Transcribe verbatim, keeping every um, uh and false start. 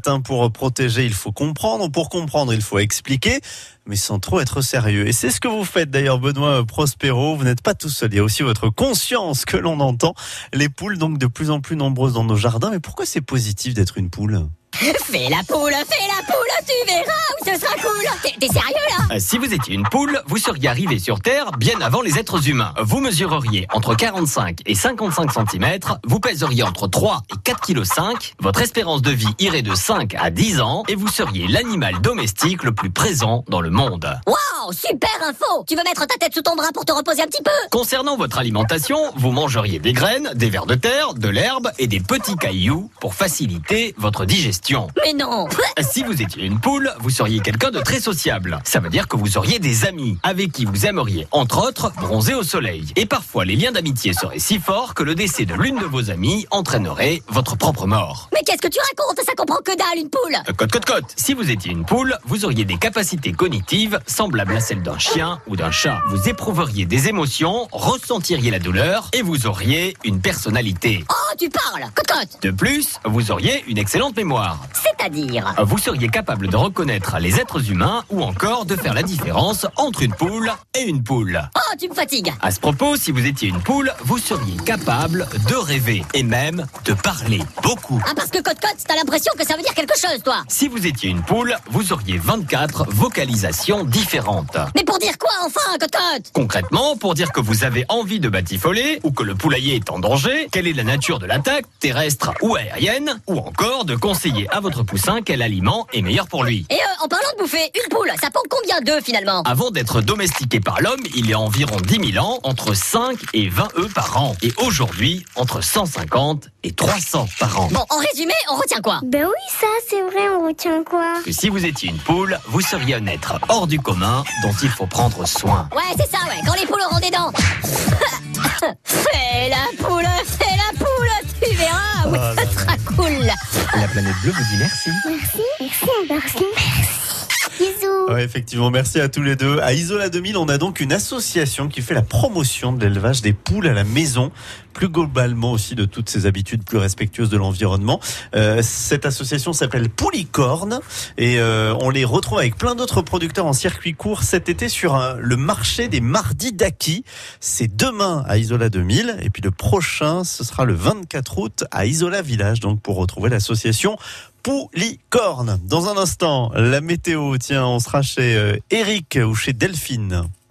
matin, pour protéger, il faut comprendre. Pour comprendre, il faut expliquer, mais sans trop être sérieux. Et c'est ce que vous faites d'ailleurs, Benoît Prospero. Vous n'êtes pas tout seul. Il y a aussi votre conscience que l'on entend. Les poules, donc, de plus en plus nombreuses dans nos jardins. Mais pourquoi c'est positif d'être une poule ? Fais la poule, fais la poule, tu verras où ce sera cool. T'es, t'es sérieux là ? Si vous étiez une poule, vous seriez arrivé sur Terre bien avant les êtres humains. Vous mesureriez entre quarante-cinq et cinquante-cinq centimètres, vous pèseriez entre trois et quatre virgule cinq kilos, votre espérance de vie irait de cinq à dix ans et vous seriez l'animal domestique le plus présent dans le monde. Waouh, super info. Tu veux mettre ta tête sous ton bras pour te reposer un petit peu ? Concernant votre alimentation, vous mangeriez des graines, des vers de terre, de l'herbe et des petits cailloux pour faciliter votre digestion. Mais non. Si vous étiez une poule, vous seriez quelqu'un de très sociable. Ça veut dire que vous auriez des amis avec qui vous aimeriez, entre autres, bronzer au soleil. Et parfois, les liens d'amitié seraient si forts que le décès de l'une de vos amies entraînerait votre propre mort. Mais qu'est-ce que tu racontes ? Ça comprend que dalle, une poule. Euh, Cote, cote, cote. Si vous étiez une poule, vous auriez des capacités cognitives semblables à celles d'un chien ou d'un chat. Vous éprouveriez des émotions, ressentiriez la douleur et vous auriez une personnalité. Oh, tu parles. Cote, cote. De plus, vous auriez une excellente mémoire. C'est-à-dire ? Vous seriez capable de reconnaître les êtres humains ou encore de faire la différence entre une poule et une poule. Oh, tu me fatigues. À ce propos, si vous étiez une poule, vous seriez capable de rêver et même de parler beaucoup. Ah, parce que cote, cote, t'as l'impression que ça veut dire quelque chose, toi. Si vous étiez une poule, vous auriez vingt-quatre vocalisations différentes. Mais pour dire quoi, enfin, cote, cote ? Concrètement, pour dire que vous avez envie de batifoler ou que le poulailler est en danger, quelle est la nature de l'attaque, terrestre ou aérienne, ou encore de conseiller à votre poussin quel aliment est meilleur pour lui. Et euh, en parlant de bouffer, une poule, ça pond combien d'œufs finalement ? Avant d'être domestiqué par l'homme, il y a environ dix mille ans, entre cinq et vingt œufs par an. Et aujourd'hui, entre cent cinquante et trois cents par an. Bon, en résumé, on retient quoi ? Ben oui, ça, c'est vrai, on retient quoi ? Que si vous étiez une poule, vous seriez un être hors du commun dont il faut prendre soin. Ouais, c'est ça, ouais, quand les poules auront des dents. Fais la poule, fais la poule, tu verras où Ah, ce là, sera cool. La planète bleue vous dit merci. Merci, merci, merci. Bisous. Ouais, effectivement, merci à tous les deux. À Isola deux mille, on a donc une association qui fait la promotion de l'élevage des poules à la maison, plus globalement aussi de toutes ces habitudes plus respectueuses de l'environnement. Euh, cette association s'appelle Poulicorne et euh, on les retrouve avec plein d'autres producteurs en circuit court cet été sur un, le marché des mardis d'Aki. C'est demain à Isola deux mille et puis le prochain, ce sera le vingt-quatre août à Isola Village, donc pour retrouver l'association Poulicorne. Dans un instant, la météo, tiens, on sera chez euh, Eric ou chez Delphine.